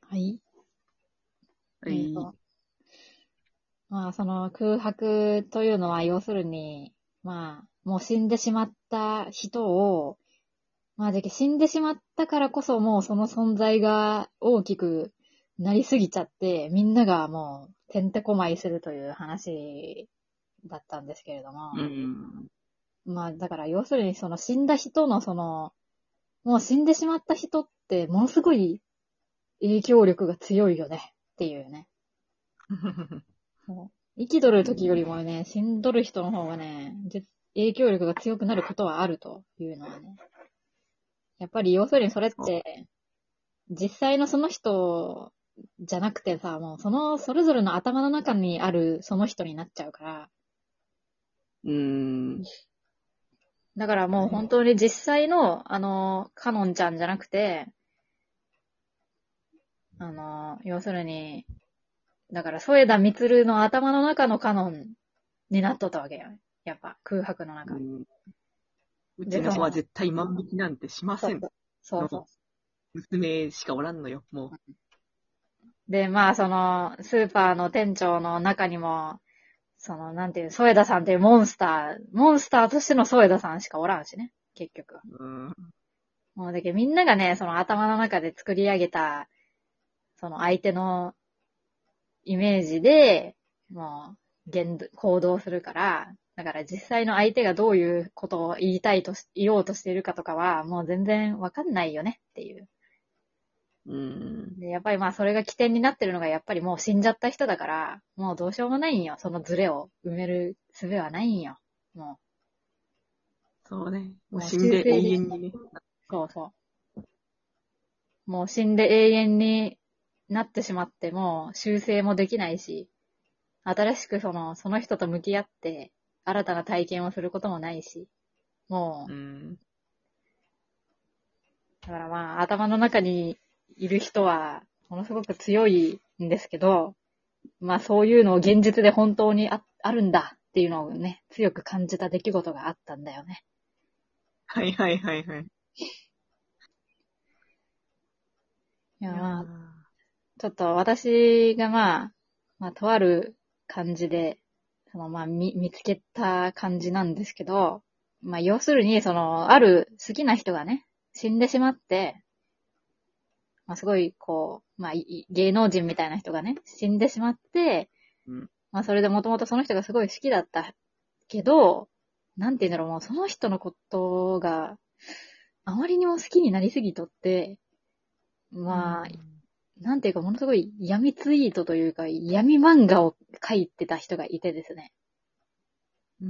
はい。 はい。 まあ、その空白というのは、要するに、まあ、もう死んでしまった人を、まあ、死んでしまったからこそ、もうその存在が大きくなりすぎちゃって、みんながもう、てんてこまいするという話だったんですけれども、 うん。 まあ、だから要するにその死んだ人のもう死んでしまった人ってものすごい影響力が強いよねっていうね。生きとる時よりもね、死んどる人の方がね、影響力が強くなることはあるというのはね。やっぱり要するにそれっそて、実際のその人じゃなくてさ、もうそれぞれの頭の中にあるその人になっちゃうから。 う。 だからもうね。 本当に実際の、カノンちゃんじゃなくて、要するに、だから、添田充の頭の中のカノンになっとったわけよ。やっぱ、空白の中。 うん。うで、 ちの子は絶対万引きなんてしません。のそうそ娘しかおらんのよ、もう。で、まあ、スーパーの店長の中にも、なんていう、添田さんっていうモンスターとしての添田さんしかおらんしね、結局は。 う。うん。 もう、だけどみんながね、その頭の中で作り上げた、その相手のイメージで、もう、行動するから、だから実際の相手がどういうことを言おうとしているかとかは、もう全然わかんないよねっていう。 うん。 で、やっぱりまあそれが起点になってるのがやっぱりもう死んじゃった人だから、もうどうしようもないんよ。そのズレを埋める術はないんよ。もそうね。もうもう死んで永修正できない。 遠にね。 そうそう。もう死んで永遠になってしまっても修正もできないし、新しくその人と向き合って新たな体験をすることもないし、もうん。 う、だからまあ頭の中にいる人はものすごく強いんですけど、まあそういうのを現実で本当にあるんだっていうのをね、強く感じた出来事があったんだよね。 はいはいはいはい。いやいやまあ、 ー。 ちょっと私がまあとある感じで、まあ見つけた感じなんですけど、まあ要するにある好きな人がね、死んでしまって、まあすごいまあ芸能人みたいな人がね、死んでしまって、 うん。 まあそれでもともとその人がすごい好きだったけど、なんて言うんだろう、もうその人のことがあまりにも好きになりすぎとって、まあ、なんていうかものすごい闇ツイートというか闇漫画を描いてた人がいてですね。 うん。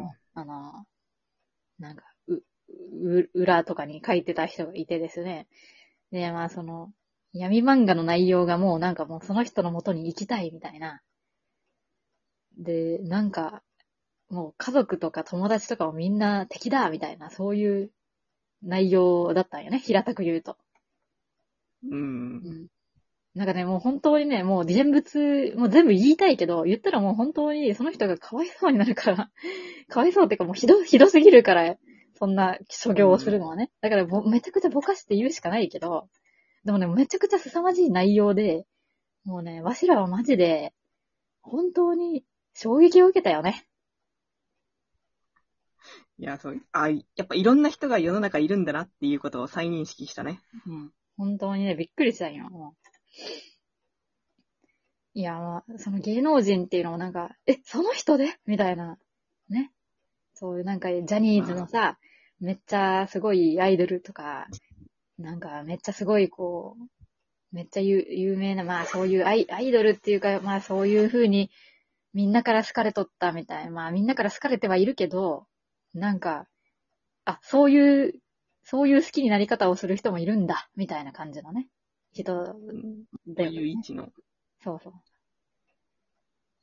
なんか、裏とかに書いてた人がいてですね。で、まあ闇漫画の内容がもうなんかもうその人の元に行きたいみたいな。で、なんか、もう家族とか友達とかもみんな敵だみたいな、そういう内容だったんよね。平たく言うと。 うん。 うん。なんかね、もう本当にね、もうもう全部言いたいけど、言ったらもう本当にその人がかわいそうになるから、かわいそうっていうかもうひどすぎるから、そんな所業をするのはね。だからめちゃくちゃぼかして言うしかないけど、でもね、めちゃくちゃ凄まじい内容で、もうね、わしらはマジで、本当に衝撃を受けたよね。 いや、そう。やっぱいろんな人が世の中いるんだなっていうことを再認識したね。 うん。本当にね、びっくりしたんよ。もういや、まあ、その芸能人っていうのもなんか、その人でみたいな。ね。そういうなんか、ジャニーズのまあ、 さ、めっちゃすごいアイドルとか、なんかめっちゃすごいめっちゃ有名な、まあそういうアイドルっていうか、まあそういう風にみんなから好かれとったみたいな。まあみんなから好かれてはいるけど、なんか、あ、そういう好きになり方をする人もいるんだ、みたいな感じのね、人うん、こうだよね。 いう位置の。 そうそう。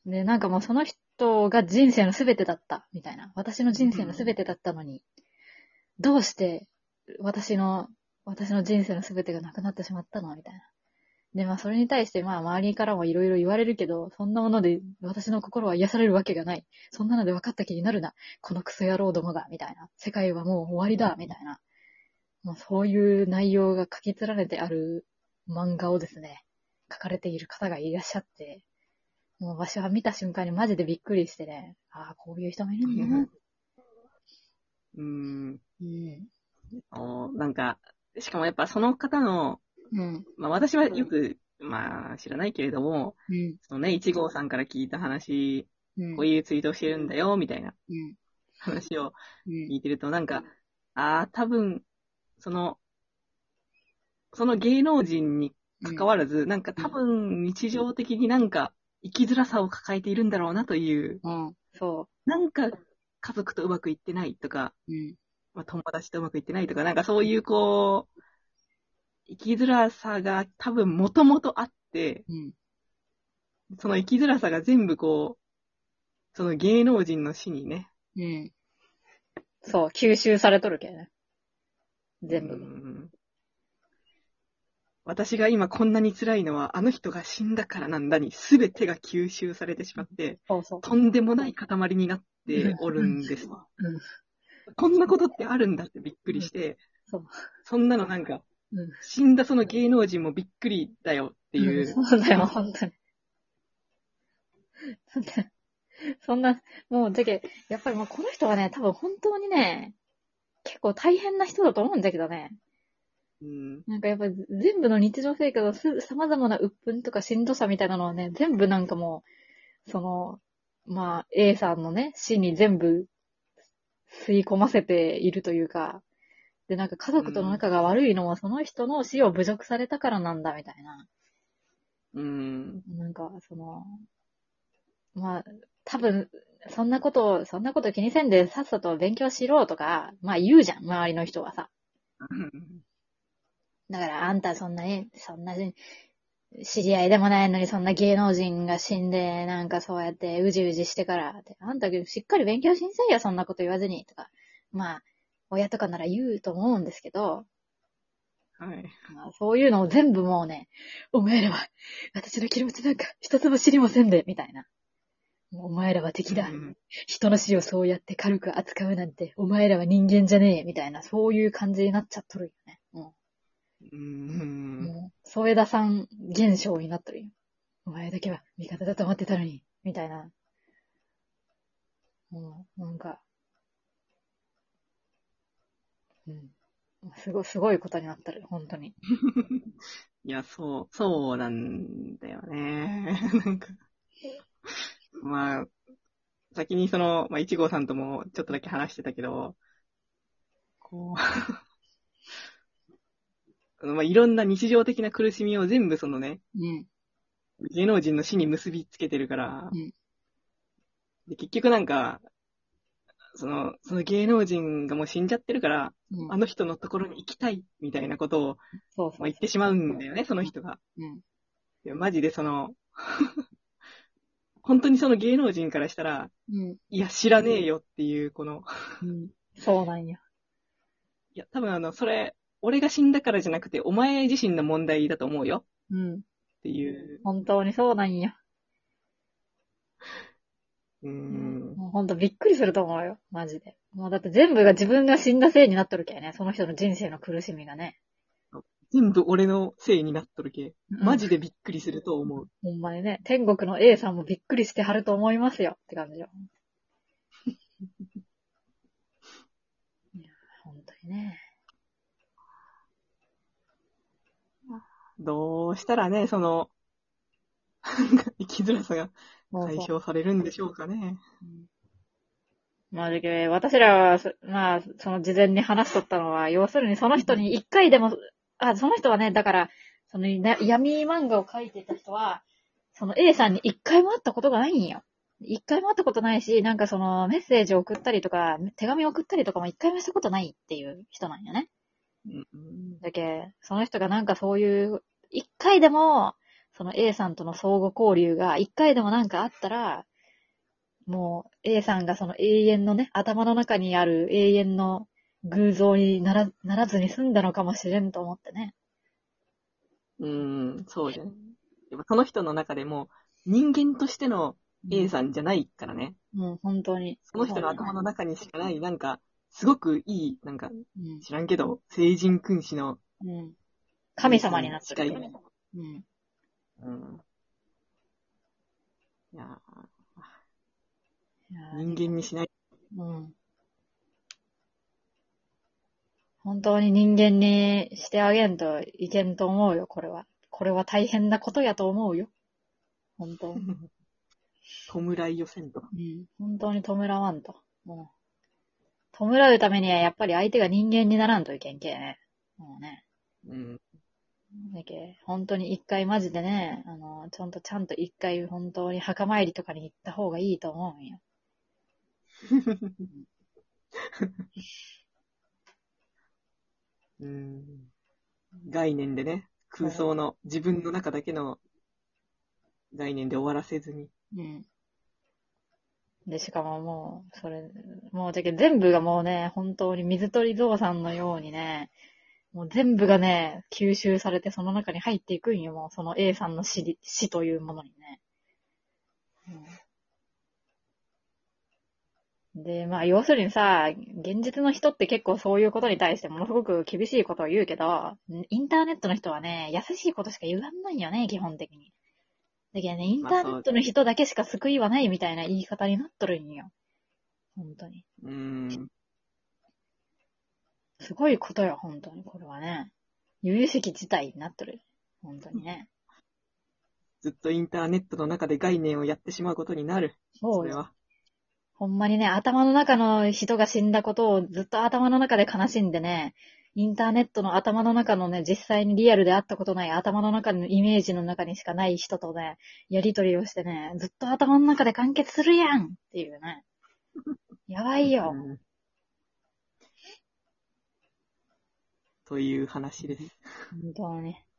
で、なんかもうその人が人生の全てだった、みたいな。私の人生の全てだったのに、どうして私の、私の人生の全てがなくなってしまったのみたいな。で、まあそれに対してまあ周りからもいろいろ言われるけど、そんなもので私の心は癒されるわけがない。そんなので分かった気になるな。このクソ野郎どもが、みたいな。世界はもう終わりだ、みたいな。もうそういう内容が書き連ねてある漫画をですね。 書かれている方がいらっしゃって、もう私は見た瞬間にマジでびっくりしてね、ああ、こういう人もいるんだな。 なんか、しかもやっぱその方の、まあ私はよく、まあ知らないけれども、そのね、1号さんから聞いた話、こういうツイートをしてるんだよ、みたいな話を聞いてると、なんか、多分、その芸能人に関わらず、なんか多分日常的になんか生きづらさを抱えているんだろうなという、なんか家族とうまくいってないとか、まあ、友達とうまくいってないとか、なんかそういうこう、生きづらさが多分もともとあって、その生きづらさが全部こう、その芸能人の死にね。 そう、吸収されとるけどね。全部。 私が今こんなに辛いのはあの人が死んだからなんだに全てが吸収されてしまって、とんでもない塊になっておるんですわ。こんなことってあるんだってびっくりして、そんなのなんか、死んだその芸能人もびっくりだよっていう。 そうだよ、本当に。そんな、もう、やっぱりもうこの人はね、多分本当にね、結構大変な人だと思うんだけどね。なんかやっぱり全部の日常生活の様々な鬱憤とかしんどさみたいなのはね、全部なんかもう、まあ、A さんのね、死に全部吸い込ませているというか、で、なんか家族との仲が悪いのはその人の死を侮辱されたからなんだみたいな。なんか、まあ、多分、そんなこと気にせんでさっさと勉強しろとか、まあ言うじゃん、周りの人はさ。だからあんたそんな知り合いでもないのにそんな芸能人が死んで、なんかそうやってうじうじしてからって、あんたしっかり勉強しんせいよ、そんなこと言わずに、とか。まあ、親とかなら言うと思うんですけど、まあ、そういうのを全部もうね、お前らは私の気持ちなんか一つも知りませんで、みたいな。お前らは敵だ。人の死をそうやって軽く扱うなんて、お前らは人間じゃねえ、みたいな、そういう感じになっちゃっとるよね。もう、添田さん現象になっとるよ。お前だけは味方だと思ってたのに、みたいな。もう、なんか、すごいことになったる、本当に。 いや、そうなんだよね。なんか、まあ、先にまあ、1号さんともちょっとだけ話してたけど、こう、まあ、いろんな日常的な苦しみを全部芸能人の死に結びつけてるから、で結局なんか、その芸能人がもう死んじゃってるから、あの人のところに行きたいみたいなことをまあ、言ってしまうんだよね、その人が。いやマジで本当にその芸能人からしたら、いや、知らねえよっていう、 そうなんや。 いや、多分それ、俺が死んだからじゃなくて、お前自身の問題だと思うよ。っていう。 本当にそうなんや。もうほんとびっくりすると思うよ。マジで。もうだって全部が自分が死んだせいになっとるけね。その人の人生の苦しみがね。 全部俺のせいになっとるけ。マジでびっくりすると思う。 ほんまにね。天国の A さんもびっくりしてはると思いますよ。って感じよ。いや、ほんとにね。 どうしたらね、生きづらさが解消されるんでしょうかね。 まあ、私らは、まあ、その事前に話しとったのは、要するにその人に一回でも、その人はね、だから、闇漫画を描いてた人は、その A さんに一回も会ったことがないんよ。一回も会ったことないし、なんかメッセージを送ったりとか、手紙を送ったりとかも一回もしたことないっていう人なんよね。だけ、その人がなんかそういう、一回でも、その A さんとの相互交流が一回でもなんかあったら、もう A さんがその永遠のね、頭の中にある永遠の偶像にならずに済んだのかもしれんと思ってね。 そうじゃね。やっぱその人の中でも人間としての A さんじゃないからね。 本当に。 その人の頭の中にしかない、なんか、すごくいい、なんか、知らんけど、聖人君子の、 神様になってる。 うん。いや人間にしない。 うん。本当に人間にしてあげんといけんと思うよ、これは。これは大変なことやと思うよ。本当に。 弔いよせんと。 うん。本当に弔わんと。もう。弔うためにはやっぱり相手が人間にならんといけんけね。もうね。 うん。 だけ、本当に一回マジでね、ちゃんと一回本当に墓参りとかに行った方がいいと思うんよ。 うん。概念でね、空想の自分の中だけの概念で終わらせずに。 うん。で、しかももう、もうじゃけ全部がもうね、本当に水鳥ゾウさんのようにね、もう全部がね、吸収されてその中に入っていくんよ、もうその A さんの死というものにね。で、まあ、要するにさ、現実の人って結構そういうことに対してものすごく厳しいことを言うけど、インターネットの人はね、優しいことしか言わんないよね、基本的に。だけどね、インターネットの人だけしか救いはないみたいな言い方になっとるんよ。本当に。すごいことよ、本当に、これはね。由々しき事態になっとる。本当にね。 ずっとインターネットの中で概念をやってしまうことになる。 そうれは。 ほんまにね、頭の中の人が死んだことをずっと頭の中で悲しんでね、インターネットの頭の中のね、実際にリアルで会ったことない頭の中のイメージの中にしかない人とね、やりとりをしてね、ずっと頭の中で完結するやんっていうね。やばいよ。 という話です。 本当に。